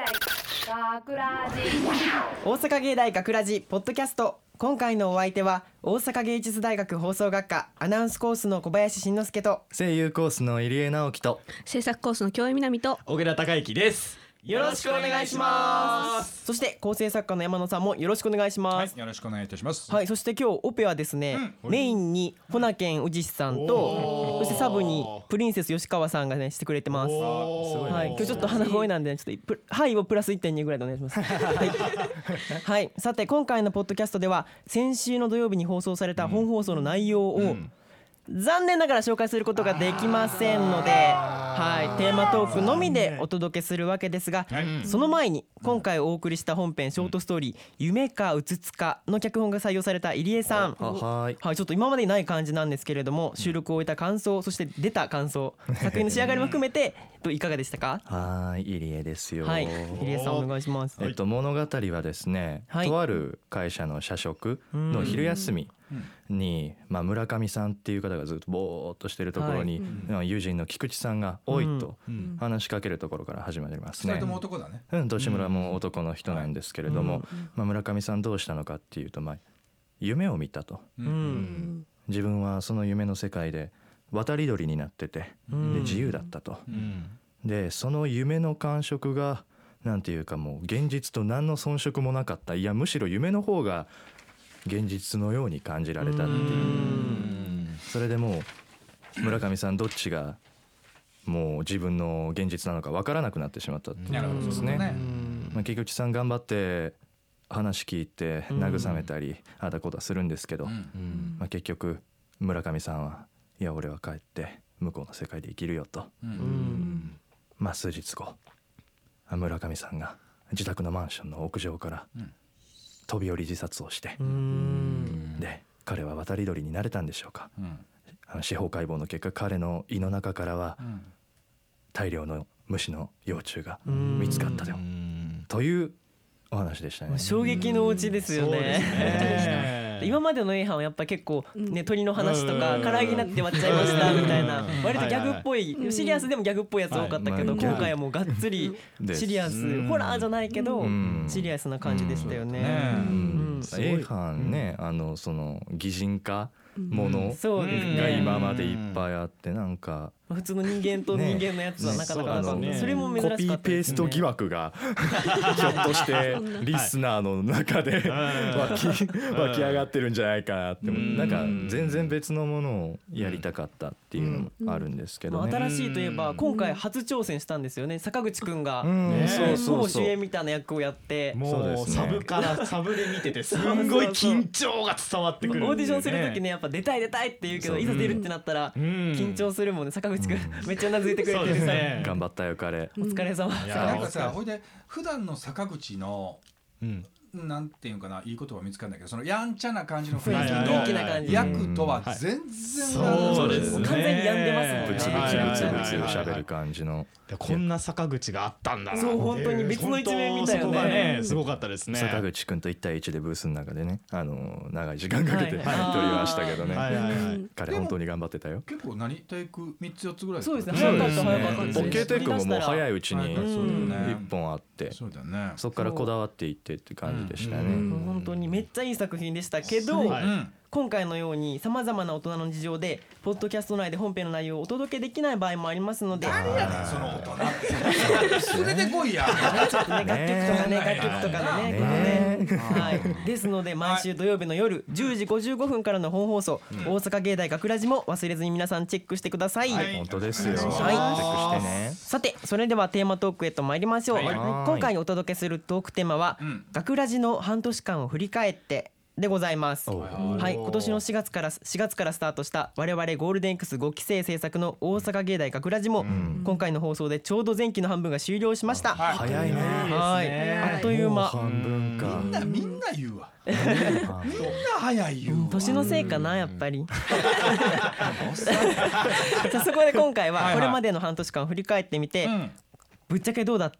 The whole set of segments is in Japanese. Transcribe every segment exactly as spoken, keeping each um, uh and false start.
学ラジ大阪芸大学ラジポッドキャスト。今回のお相手は大阪芸術大学放送学科アナウンスコースの小林慎之介と声優コースの入江直樹と制作コースの京江みなみと小倉孝之です。 よろしくお願いします。そして構成作家の山野さんもよろしくお願いします。 はい、よろしくお願いいたします。 はい、そして今日オペはですね、うん、メインにほなけんうじしさんと、そしてサブにプリンセス吉川さんがねしてくれてます。はい、今日ちょっと鼻声なんで、ね、ちょっとはいをプラス いってんに ぐらいでお願いします。はい、はい、さて今回のポッドキャストでは先週の土曜日に放送された本放送の内容を、うんうん残念ながら紹介することができませんので、はい、テーマトークのみでお届けするわけですが、その前に今回お送りした本編ショートストーリー夢かうつつかの脚本が採用された入江さん、はい、ちょっと今までにない感じなんですけれども、収録を終えた感想、そして出た感想、作品の仕上がりも含めていかがでしたか？ はい、入江ですよ。 はい、入江さんお願いします。 えっと、物語はですね、はい、とある会社の社食の昼休みに、まあ、村上さんっていう方がずっとぼーっとしてるところに、はい、友人の菊池さんがおいと話しかけるところから始まりますね。 それとも男だね。 うん、年村も男の人なんですけれども、まあ、村上さんどうしたのかっていうと、まあ、夢を見たと、うん、自分はその夢の世界で渡り鳥になってて、で自由だったと、うん、でその夢の感触がなんていうかもう現実と何の遜色もなかった、いやむしろ夢の方が現実のように感じられたっていう、それでもう村上さんどっちがもう自分の現実なのか分からなくなってしまったっていうことですね。まあ、菊池さん頑張って話聞いて慰めたりああだこうだするんですけど、まあ、結局村上さんはいや俺は帰って向こうの世界で生きるよと、まあ数日後村上さんが自宅のマンションの屋上から飛び降り自殺をして、で彼は渡り鳥になれたんでしょうか、うん、あの司法解剖の結果彼の胃の中からは大量の虫の幼虫が見つかったというお話でしたね。 衝撃のお家ですよね。今までの A 班はやっぱり結構ね、鳥の話とか唐揚げになって割っちゃいましたみたいな割とギャグっぽい、シリアスでもギャグっぽいやつ多かったけど、今回はもうがっつりシリアス、ホラーじゃないけどシリアスな感じでしたよね。 A 班ね、あのその擬人化ものが今までいっぱいあって、なんか普通の人間と人間のやつはなかなかなかった、ね、それも珍しかったですね。 コピーペースト疑惑がひょっとしてリスナーの中で湧き、湧き上がってるんじゃないかなって、なんか全然別のものをやりたかったっていうのもあるんですけどね。 新しいといえば今回初挑戦したんですよね。坂口くんがもう主演みたいな役をやって、 もうサブからサブで見ててすんごい緊張が伝わってくる。 オーディションするときね、やっぱ出たい出たいって言うけど、いざ出るってなったら緊張するもんね。坂口くんめっちゃうなずいてくれてるさ、ね、 頑張ったよ彼、 お疲れ様。 なんかさ、ほいで普段の坂口の、うん、なんていうかないい言葉見つかんないけど、そのやんちゃな感じの雰囲気の役とは全然そうですね、 完全に病んでますもんね。 ブツブツブツブツ喋る感じの、 こんな坂口があったんだな。 そう本当に別の一面みたいなね。 そこがねすごかったですね。 坂口くんといち対いちでブースの中でね、あの長い時間かけて撮りましたけどね、はいはいはいはい、彼本当に頑張ってたよ。 結構何テイクみっつよっつぐらい。 そうですね、早かった早かったです。 OK テイクももう早いうちにいっぽんあって、 そうだね、 そこからこだわっていってって感じでしたね。 本当にめっちゃいい作品でしたけど、はい、今回のようにさまざまな大人の事情でポッドキャスト内で本編の内容をお届けできない場合もありますので、 誰やねんその大人連れてこいやちょっとね、楽曲とかね楽曲とかでね、ねこのね、はい、ですので毎週土曜日の夜じゅうじごじゅうごふんからの本放送、うん、大阪芸大学ラジも忘れずに皆さんチェックしてください。 はい、本当ですよ、はい、チェックしてね。 さてそれではテーマトークへと参りましょう。はい、今回お届けするトークテーマは、うん、学ラジの半年間を振り返ってでございます。はい、今年のしがつからしがつからスタートした我々ゴールデン X ごきせい制作の大阪芸大学ラジも、うん、今回の放送でちょうど前期の半分が終了しました。 はい、早いね。 はい、あっという間。 半分か。 みんなみんな言うわ。みんな早いよ。 年のせいかなやっぱり。さあそこで今回はこれまでの半年間を振り返ってみて、ぶっちゃけどうだったっ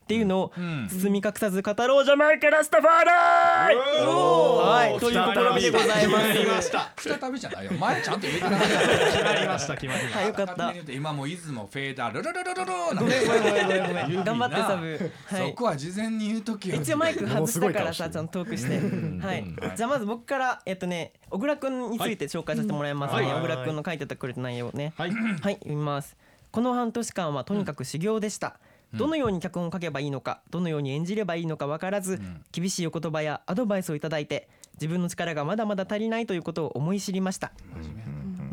っていうのを包み隠さず語ろうじゃないかラスタファーライはいという試みでございます。 再びじゃないよ、前ちゃんと言えてなかった決まりました決まりましたよかった今もう出雲フェーダールルルルルルごめんごめんごめんごめんごめん頑張ってサブ、はい、 そこは事前に言うときよ。 一応マイク外したからさちゃんとトークしてはい、じゃあまず僕からえっとね小倉くんについて紹介させてもらいますね。小倉くんの書いてくれた内容ねはい、はい、読みます。この半年間はとにかく修行でした、うん、どのように脚本を書けばいいのかどのように演じればいいのか分からず、うん、厳しいお言葉やアドバイスをいただいて自分の力がまだまだ足りないということを思い知りました。うん、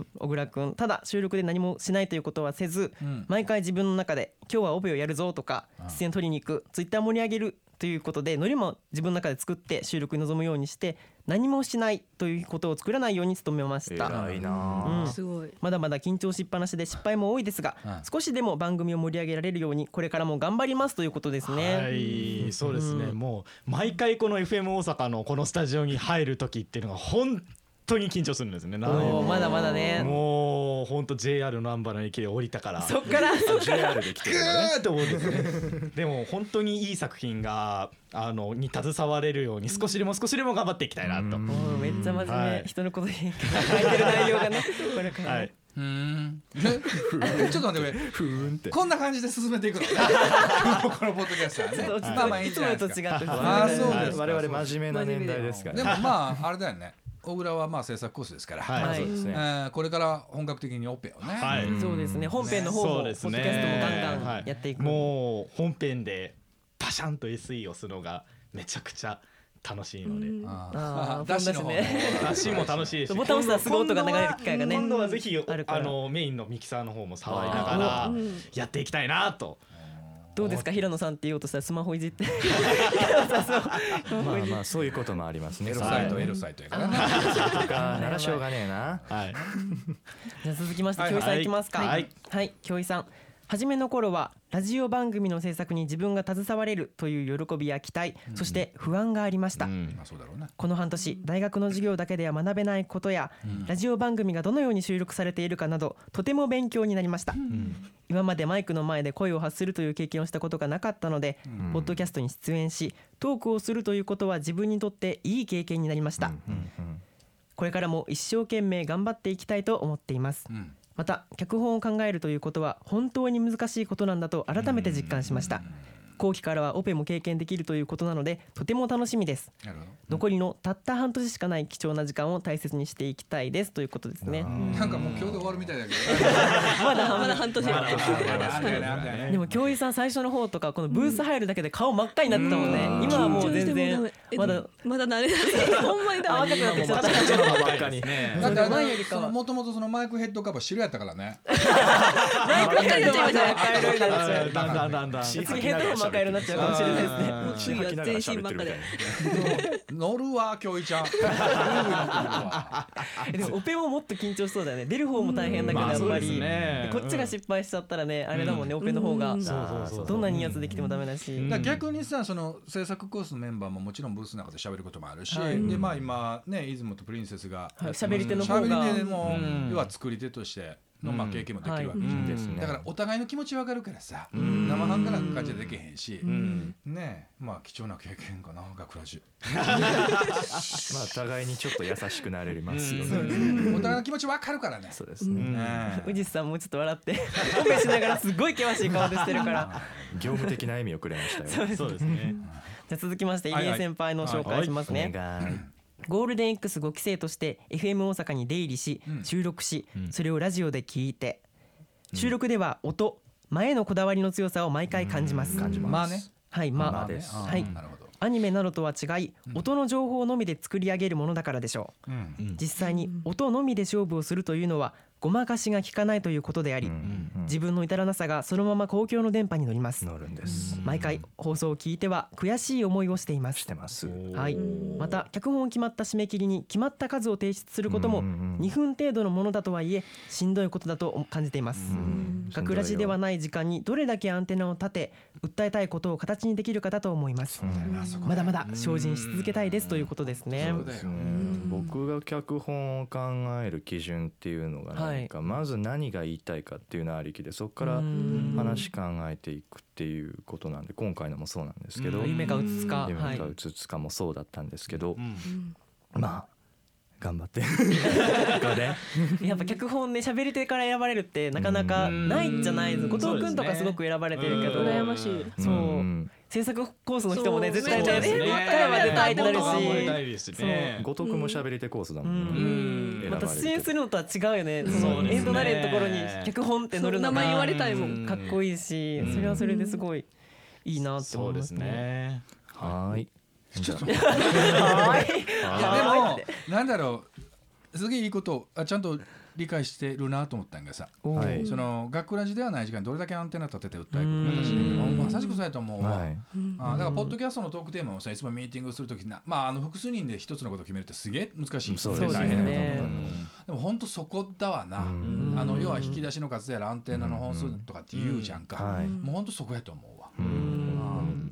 小倉くんただ収録で何もしないということはせず、うん、毎回自分の中で今日はオペをやるぞとか出演取りに行くツイッター盛り上げるということでノリも自分の中で作って収録に臨むようにして何もしないということを作らないように努めました。 偉いな、 うん、すごいまだまだ緊張しっぱなしで失敗も多いですが、うん、少しでも番組を盛り上げられるようにこれからも頑張りますということですね。 はいそうですね、うん、もう毎回この エフエム 大阪のこのスタジオに入る時っていうのが本当に緊張するんですね。 おまだまだねもう本当 ジェイアール の難波の駅で降りたからそっからそっからジェイアール で来てるのねと思うんですねでも本当にいい作品があのに携われるように少しでも少しでも頑張っていきたいなと。 めっちゃ真面目、はい、人のことに書いてる内容がねこれから、はい、 うーんちょっと待ってふーんってこんな感じで進めていくのねこのポッドキャストはねまあまあいいんじゃないですか。 あそうです我々真面目な年代ですからでもまああれだよね小倉はまあ制作コースですから、 はいそうですねえー、これから本格的にオペをね、 はい、そうですね本編の方も、ね、ポッドキャストもガンガンやっていく、はい、 もう本編でパシャンと エスイー をするのがめちゃくちゃ楽しいので、うん、 あダッシュの方もダッシュも楽しいですしボタン押したらすぐ音が流れる機会がね今度はぜひあのメインのミキサーの方も触りながらやっていきたいなと。 どうですか平野さんって言おうとしたらスマホいじってまあまあそういうこともありますね。 エロサイトエロサイトやからねとかならしょうがねえな、はい、 じゃあ続きまして京井さんいきますか。はいはい京井さん初めの頃はラジオ番組の制作に自分が携われるという喜びや期待、うん、そして不安がありました、うん、この半年大学の授業だけでは学べないことや、うん、ラジオ番組がどのように収録されているかなどとても勉強になりました、うん、今までマイクの前で声を発するという経験をしたことがなかったので、うん、ポッドキャストに出演しトークをするということは自分にとっていい経験になりました、うんうんうん、これからも一生懸命頑張っていきたいと思っています、うんまた脚本を考えるということは本当に難しいことなんだと改めて実感しました。後期からはオペも経験できるということなのでとても楽しみです。残りのたった半年しかない貴重な時間を大切にしていきたいですということですね。 なんかもう今日で終わるみたいだけどまだまだ半年でも京井さん最初の方とかこのブース入るだけで顔真っ赤になってたもんね、うん、今はもう全然まだまだ慣れないほんまにダメ赤くなってきちゃっただってもともとそのマイクヘッドカバー白やったからねマイクヘッドカバーだんだんだんだん次ヘッドホン赤色になっちゃうかもしれないですね。もう次は全身ばっかで乗るわ京井ちゃんでもオペももっと緊張しそうだよね。出る方も大変だけどやっぱり、まあね、こっちが失敗しちゃったらね、うん、あれだもんね、オペの方がどんなにいいやつできてもダメだし、 うん、だ逆にさその制作コースのメンバーももちろんブースの中で喋ることもあるし、はい、でまあ今ね出雲とプリンセスが喋、はい、り手の方が喋り手でも、うん、要は作り手としてのまあ経験もできるわけじゃん、うんはい、だからお互いの気持ち分かるからさ、うん、生半可な感じでできへんし、うん、ねえまあ貴重な経験かな学ラジまあ互いにちょっと優しくなれますよね、うん、 お互いの気持ち分かるからね。 そうですね、 宇治さんもうちょっと笑ってオペしながらすごい険しい顔でしてるから業務的な意味をくれましたよ。 そうですねじゃあ続きまして入江先輩の紹介しますね。 はいはい、 ゴールデン X ご期生として エフエム 大阪に出入りし、うん、収録し、うん、それをラジオで聞いて、うん、収録では音前のこだわりの強さを毎回感じます。 感じます。 まあね。 はい、まあ、まあです。はい。なるほど。アニメなどとは違い、うん、音の情報のみで作り上げるものだからでしょう、うん、実際に音のみで勝負をするというのはごまかしが効かないということであり、うんうん、自分の至らなさがそのまま公共の電波に乗ります。 乗るんです。 毎回放送を聞いては悔しい思いをしています。 してます。 はい。また脚本を決まった締め切りに決まった数を提出することもにふん程度のものだとはいえしんどいことだと感じています。学ラジではない時間にどれだけアンテナを立て訴えたいことを形にできるかだと思います。まだまだ精進し続けたいですということですね。 そうですね。僕が脚本を考える基準っていうのが、ね、はいうか、はい、まず何が言いたいかっていうのありきでそこから話考えていくっていうことなんで今回のもそうなんですけど夢かうつつか夢かうつつかもそうだったんですけど、はい、まあ頑張ってやっぱ脚本で喋り手から選ばれるってなかなかないじゃないですか。後藤くんとかすごく選ばれてるけど羨ましい。 そう制作コースの人もね絶対ね一回は出たいってなるし後藤くんも喋り手コースだもんね。 また出演するのとは違うよね。そのエンドナレのところに脚本って載るのが名前言われたいもんかっこいいしそれはそれですごいいいなって思いますね。 はい。 ちょっといやでもなんだろうすげえいいことあちゃんと理解してるなと思ったんがさ、はい、その学ラジではない時間にどれだけアンテナ立てて訴えるか私まさしくそうやと思うわ、はい、あだからポッドキャストのトークテーマをさいつもミーティングするときな、まあ、あの複数人で一つのことを決めるってすげえ難しいそうですね、大変だと思う、うん、 でも本当そこだわな、うん、あの要は引き出しの数やらアンテナの本数とかって言うじゃんか、うん、もう本当そこやと思うわ、うんうん、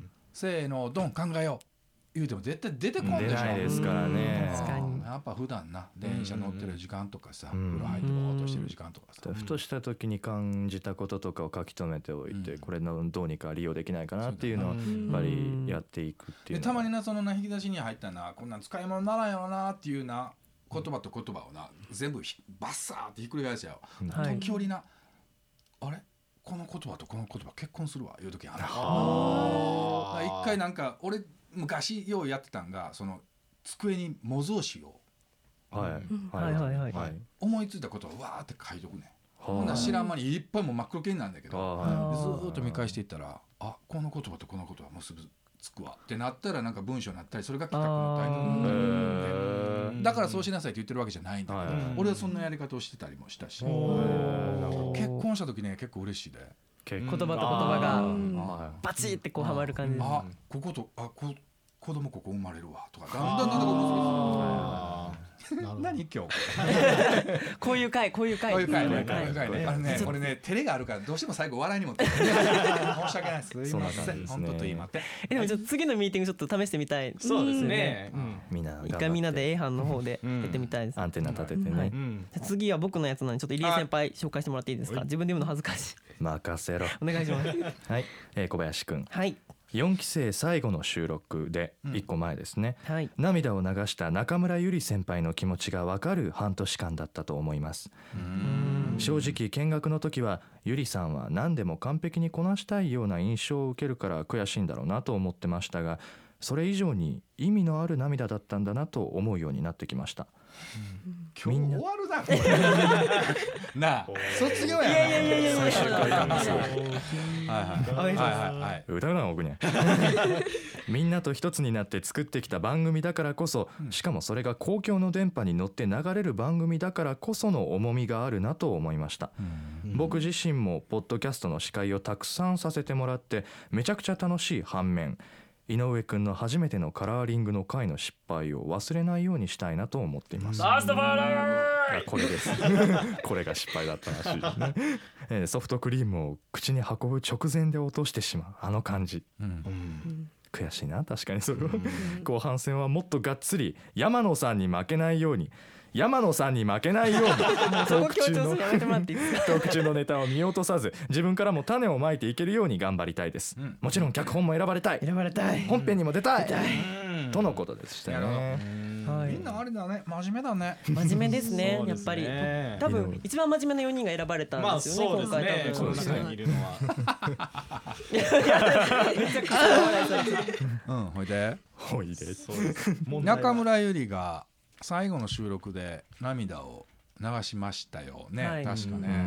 せーのドン考えよう言うても絶対出てこんでしょ。 出ないですからね。 やっぱ普段な電車乗ってる時間とかさ、風呂入ってぼーっとしてる時間とかさ、 ふとした時に感じたこととかを書き留めておいて、これのどうにか利用できないかなっていうのをやっぱりやっていくっていう。 でたまになそのな引き出しに入ったなこんなん使い物にならんやろなっていうな言葉と言葉をな全部バッサーってひっくり返しちゃう。時折なあれこの言葉とこの言葉結婚するわいう時ある。あ一回なんか俺昔ようやってたんがその机に模造紙を、 はいはいはいはいはい、思いついたことをわーって書いとくね。ほんなら知らん間にいっぱいもう真っ黒系になるんだけど、ずーっと見返していったらあこの言葉とこの言葉結びつくわってなったらなんか文章になったりそれが企画のタイトルになったり、ね、だからそうしなさいって言ってるわけじゃないんだけど、俺はそんなやり方をしてたりもしたし、結婚した時ね結構嬉しいで。 言葉と言葉がバチってこうはまる感じです。 あこことあこ子供ここ生まれるわとかだんだんだんだんこう何今日こういう回こういう回こういう回ねこういう回ねあれねこれね照れがあるからどうしても最後笑いにも申し訳ないですすいません本当と言いまってでもちょっと次のミーティングちょっと試してみたい。 そうですねみんな一回みんなで A 班の方でやってみたいです。 アンテナ立ててね。 次は僕のやつなんでちょっと入江先輩紹介してもらっていいですか。自分で言うの恥ずかしい。 任せろお願いします。 はい、えー、小林くん。 はい。 よんき生最後の収録でいっこまえですね、 うんはい、 涙を流した中村ゆり先輩の気持ちがわかる半年間だったと思います。正直見学の時はゆりさんは何でも完璧にこなしたいような印象を受けるから悔しいんだろうなと思ってましたがそれ以上に意味のある涙だったんだなと思うようになってきました。 今日終わるなこれなあ卒業やな。いやいやいやいや最終回なんですよ。 はいはいはいはい歌うな僕にみんなと一つになって作ってきた番組だからこそ、しかもそれが公共の電波に乗って流れる番組だからこその重みがあるなと思いました。僕自身もポッドキャストの司会をたくさんさせてもらってめちゃくちゃ楽しい反面井上くんの初めてのカラーリングの回の失敗を忘れないようにしたいなと思っています。 ラストバーこれですこれが失敗だったらしいですね、えー、ソフトクリームを口に運ぶ直前で落としてしまうあの感じ、うんうん悔しいな確かにそれは、うん、後半戦はもっとがっつり山野さんに負けないように山野さんに負けないようにトーク中のトーク中のネタを見落とさず自分からも種をまいていけるように頑張りたいです、うん、もちろん脚本も選ばれたい選ばれたい本編にも出たい、 うん、 とのことでしたね。 はい、みんなあれだね真面目だね真面目ですねやっぱり多分一番真面目なよにんが選ばれたんですよね、 まあ、今回多分この中にいるのはめちゃくちゃ笑いされてるうんほいでほいで中村ゆりが最後の収録で涙を流しましたよね、はい、確かね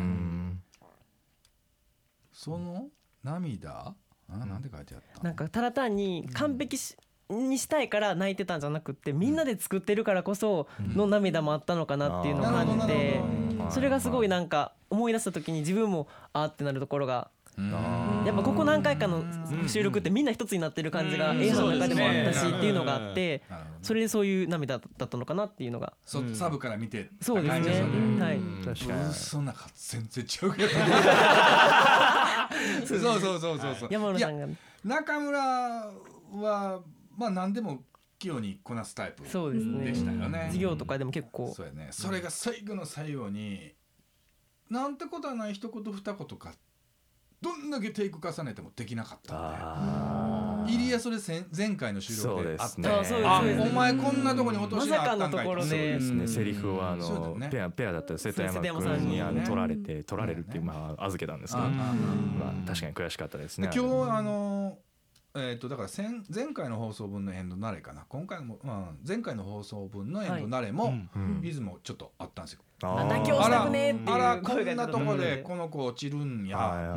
その涙あなんて書いてあったなんかただ単に完璧し、うん、にしたいから泣いてたんじゃなくってみんなで作ってるからこその涙もあったのかなっていうのを感じてそれがすごいなんか思い出した時に自分もあーってなるところがやっぱここ何回かの収録ってみんな一つになってる感じが A 班の中でもあったしっていうのがあってそれでそういう涙だったのかなっていうのがサブから見てそうですねはい確かにそんな全然違うけどそうそうそうそうそう山野さんが中村はまあ何でも器用にこなすタイプでしたよね。 授業とかでも結構そうやねそれが最後の最後になんてことはない一言二言かどんだけテイク重ねてもできなかったんで、入江それ前回の収録であって、あお前こんなとこに落としがあったんかいと、 まさかのところでそうですね、セリフをあの、 ね、 ペアペアだったら瀬戸山君にあの取られて取られるっていう、まあ預けたんですけど、まあ確かに悔しかったですね。 今日あのえー、とだから前前回の放送分のエンドナレかな、今回も、うん、前回の放送分のエンドナレも、はい、リズムもちょっとあったんですよ。 あら今日したくねっていうあらこんなとこでこの子落ちるんや、うん、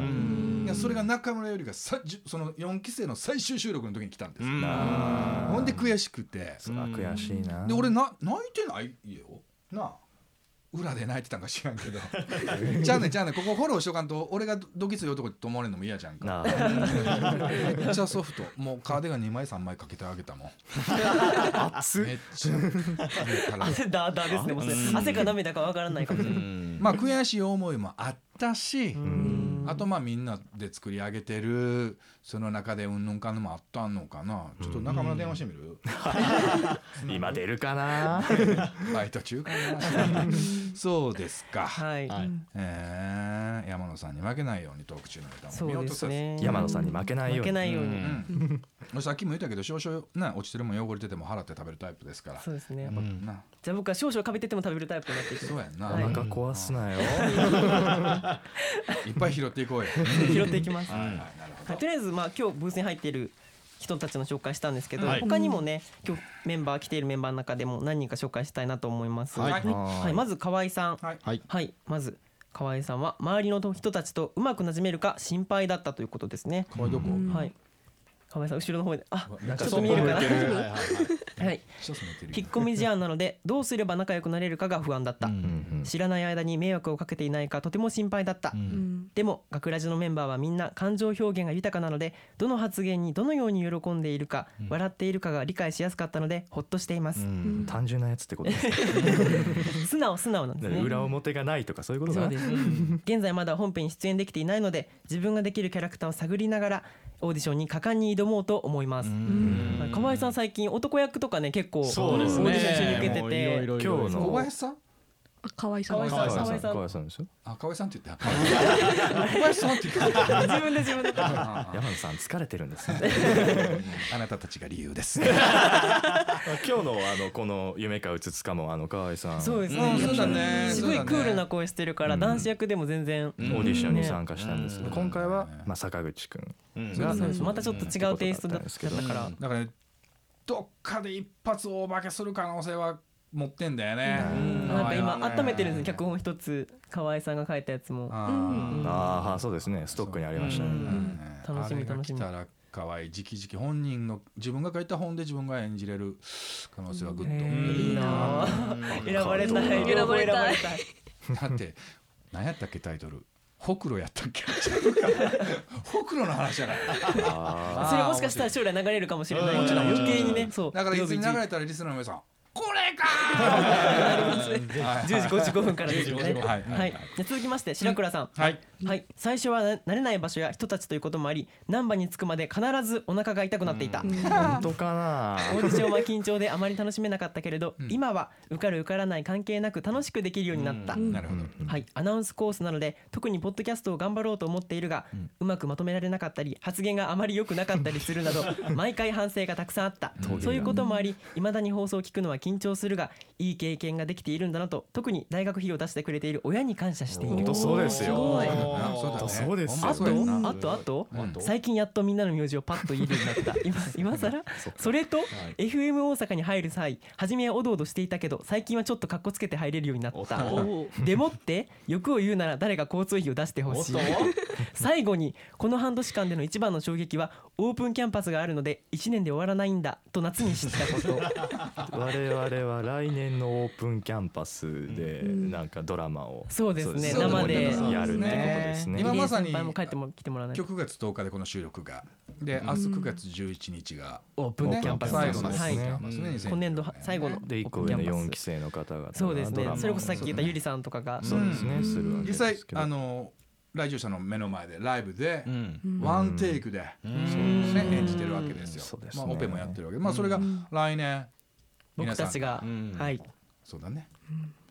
いやそれが中村よりがさそのよんき生の最終収録の時に来たんですよ。ほんで悔しくて、 そら悔しいな。 で俺な泣いてないよなあ、裏で泣いてたんか知らんけどじゃあねじゃあねここフォローしとかんと俺がドキ強い男って思われるのも嫌じゃんか。めっちゃソフト、もうカーディガンにまいさんまいかけてあげたもん熱っめっちゃ汗だだですね、もう汗か涙かわからないかもしれない。 まあ悔しい思いもあったし、あとまあみんなで作り上げてるその中でうんぬんかんぬんもあったのかな。ちょっと中村電話してみる今出るかなバイト中かなそうですか、 はい、 えー、山野さんに負けないようにトーク中のネタも見落とさず、ね、 山野さんに負けないように、 負けないように、 うんうん、さっきも言ったけど少々、ね、落ちてるもん汚れてても払って食べるタイプですから。 そうですね、 やっぱな、 じゃあ僕は少々かべてても食べるタイプになっていく。 そうやんな、 はい、 お腹壊すなよいっぱい拾っていこうよ拾っていきます、 はいはい、なるほど。 とりあえずまあ今日ブースに入っている人たちの紹介したんですけど、 はい、 他にもね今日メンバー来ているメンバーの中でも何人か紹介したいなと思います。 はいはい、まず河合さん、 はいはいはい、まず河合さんは周りの人たちとうまくなじめるか心配だったということですね。 河合どこ、 はい、河合さん後ろの方で、あ、 なんかちょっと見えるかな。 はいはいはいはい、引っ込み思案なのでどうすれば仲良くなれるかが不安だった、うんうん、知らない間に迷惑をかけていないかとても心配だった、うん、でも学ラジのメンバーはみんな感情表現が豊かなのでどの発言にどのように喜んでいるか、うん、笑っているかが理解しやすかったのでほっとしています、うん、 単純なやつってことですか素直素直なんですね。 裏表がないとかそういうことかな。 そうです、うん、現在まだ本編に出演できていないので自分ができるキャラクターを探りながらオーディションに果敢に挑もうと思います。河合さん最近男役とかね結構そうですね、 オーディション一緒に受けてて、 いろいろいろ今日の小林さん河合さん河合さん河合さん河合さんですよ。 あ、河合さんって言った小林さんって言った自分で自分で山野さん疲れてるんですねあなたたちが理由です今日のあのこの夢かうつつかもあの河合さんそうですね、 うん、そうだね、 すごいクールな声してるから、うん、男子役でも全然、 うん、オーディションに参加したんですけど、うん、今回は、まあ、坂口くんが、 うん、またちょっと違うテイストだったから、 うん、だからねどっかで一発大化けする可能性は持ってんだよね。 なんか今温めてるんです、脚本一つ河合さんが書いたやつも。 あ、うん、ああそうですね、ストックにありましたね、うん、 楽しみ楽しみ。 あれが来たら河合直々本人の自分が書いた本で自分が演じれる可能性はぐっと、 いいな選ばれたい選ばれたいだって何やったっけタイトル、ほくろやったっけほくろの話じゃないそれもしかしたら将来流れるかもしれないから余計にね。そうだからいつに流れたらリスナーの皆さんこれかじゅうじごじゅうごふんからですよね。 はい、 はい、続きまして白倉さん、 はいはい、最初は慣れない場所や人たちということもあり難波に着くまで必ずお腹が痛くなっていた。 本当かな。 オーディションは緊張であまり楽しめなかったけれど、うん、今は受かる受からない関係なく楽しくできるようになった、うん、 なるほど、 はい、アナウンスコースなので特にポッドキャストを頑張ろうと思っているが、うん、うまくまとめられなかったり発言があまり良くなかったりするなど毎回反省がたくさんあったそういうこともあり未だに放送を聞くのは緊張するがいい経験ができているんだなと特に大学費を出してくれている親に感謝している。 本当そうですよ。そうですよ。 あとあとあと、うん、最近やっとみんなの名字をパッと言えるようになった今今更それと、はい、エフエム 大阪に入る際初めはおどおどしていたけど最近はちょっとカッコつけて入れるようになったでもって欲を言うなら誰が交通費を出してほしい最後にこの半年間での一番の衝撃はオープンキャンパスがあるのでいちねんで終わらないんだと夏に知ったこと我々は来年のオープンキャンパスでなんかドラマを、 うん、そうですね生でやるってことですね。 今まさにきくがつとおかでこの収録がで明日くがつじゅういちにちがオープンキャンパス最後のはい、今年度最後のでいっこ上のよんき生の方々 そうですね。それこそさっき言ったゆりさんとかがそうですねするわけですけど、 実際あの来場者の目の前でライブでワンテイクで演じてるわけですよ。まあオペもやってるわけで、まあそれが来年僕たちがはいそうだね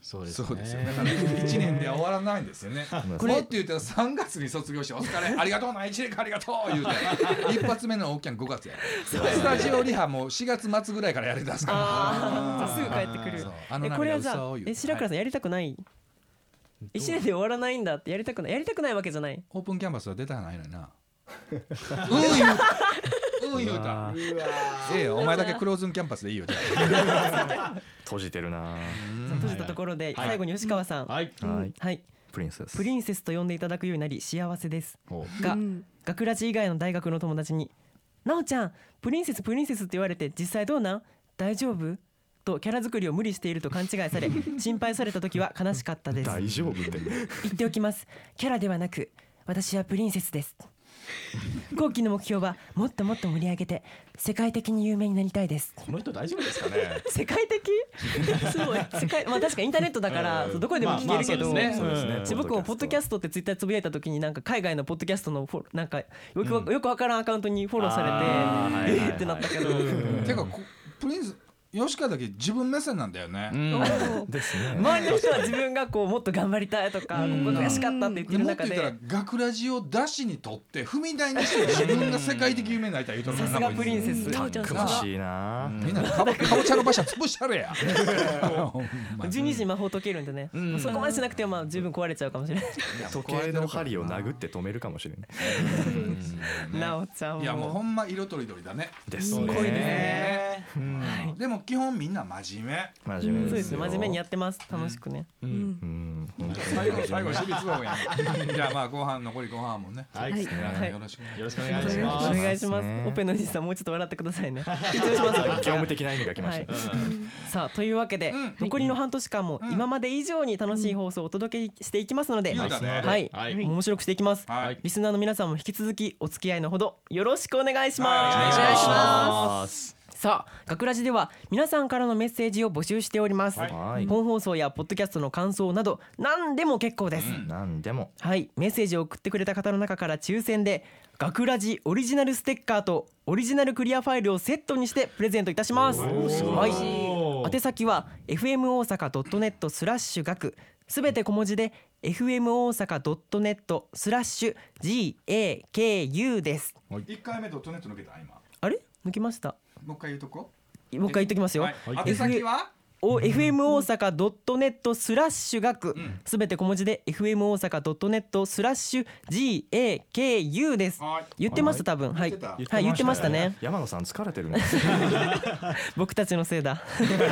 そうですそうですよ。だからいちねんでは終わらないんですよね。これって言ったらさんがつに卒業してお疲れありがとうないちねんかんありがとう言うて一発目のオーキャンごがつや。スタジオリハもしがつ末ぐらいからやりだすから。 あーすぐ帰ってくるそうあのえこれはじゃあ涙嘘を言うえ白倉さんやりたくないいちねんで終わらないんだってやりたくないやりたくないわけじゃないオープンキャンパスは出たないのにな。うん言ううん言うた。ええよお前だけクローズンキャンパスでいいよ。 閉じてるな。 閉じたところで最後に吉川さんはいはいはいプリンセスプリンセスと呼んでいただくようになり幸せですほがうん学ラジ以外の大学の友達になおちゃんプリンセスプリンセスって言われて実際どうなん大丈夫とキャラ作りを無理していると勘違いされ心配された時は悲しかったです大丈夫って言っておきますキャラではなく私はプリンセスです後期の目標はもっともっと盛り上げて世界的に有名になりたいですこの人大丈夫ですかね。 世界的すごい世界まあ確かにインターネットだからどこでも聞けるけど、 まあまあそうですねうん僕もポッドキャストってツイッターでつぶやいた時になんか海外のポッドキャストのフォロなんかよくよくわからんアカウントにフォローされて、 あーはいはいはいえーってなったけど、 てかこプリンス吉川だけ自分目線なんだよね。 ですね。 周りの人は自分がこうもっと頑張りたいとかここ悔しかったって言ってる中もっと言ったらで学ラジを出しにとって踏み台にして自分が世界的有名になりたい言うとるさすがプリンセスなおちゃんさすが詳しいな。 みんなかぼかぼちゃの馬車潰したれや。ほんまにじゅうにじに魔法解けるんでね、 んそこまでしなくてもまあ十分壊れちゃうかもしれない時計の針を殴って止めるかもしれないなおちゃんもいやもうほんま色とりどりだね。 ですすごいですね。 ねうんでも基本みんな真面目。 真面目そうですねですよ。 真面目にやってます楽しくね、 うんうん本当に最後最後私立応援。じゃあまあ後半残り後半もね。 はい、 はいよはいよろしくね。 ろしくお願いしおます。 願いしますねオペの西さんもうちょっと笑ってくださいね緊張します業務的な意味が来ました。 さあというわけで、 うん残りの半年間も今まで以上に楽しい放送をお届けしていきますので、 言うたねはい、 はい面白くしていきます、 はいリスナーの皆さんも引き続きお付き合いのほどよろしくお願いします、 はいお願いします。 さあ学ラジでは皆さんからのメッセージを募集しております、 はい本放送やポッドキャストの感想など何でも結構です、 なんでもはいメッセージを送ってくれた方の中から抽選で学ラジオリジナルステッカーとオリジナルクリアファイルをセットにしてプレゼントいたします。はい、宛先は エフエム 大阪 ドットネット スラッシュ学すべて小文字で エフエム 大阪 ドットネット スラッシュ ジーエーケーユー です。 一回目ドットネット抜けた今。 あれ抜きました。 もう一回言うとこ。 もう一回言っときますよ。 はい宛先はお エフエム 大阪 ドットネット スラッシュ学すべて小文字で エフエム 大阪 ドットネット スラッシュ ジーエーケーユー です。 はい言ってます多分。はい言ってたはい言ってましたね。 山野さん疲れてるね。 僕たちのせいだ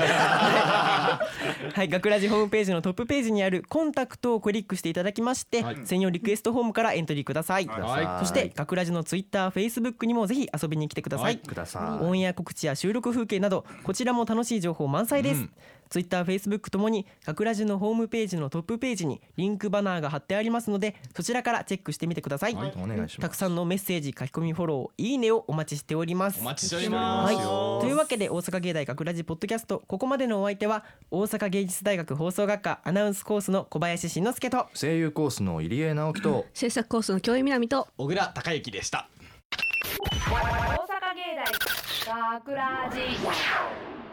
はい学ラジホームページのトップページにあるコンタクトをクリックしていただきまして、 はい専用リクエストフォームからエントリーください、 はいそして学ラジのツイッター、フェイスブックにもぜひ遊びに来てください、 くださオンエア告知や収録風景などこちらも楽しい情報満載です、ツイッター、フェイスブックともに学ラジのホームページのトップページにリンクバナーが貼ってありますのでそちらからチェックしてみてください、 い。お願いします。 たくさんのメッセージ、書き込み、フォロー、いいねをお待ちしております。 お待ちしております。 はい、というわけで大阪芸大学ラジポッドキャストここまでのお相手は大阪芸術大学放送学科アナウンスコースの小林慎之介と声優コースの入江直樹と制作コースの京井みなみと小倉隆之でした。 大阪芸大学ラジ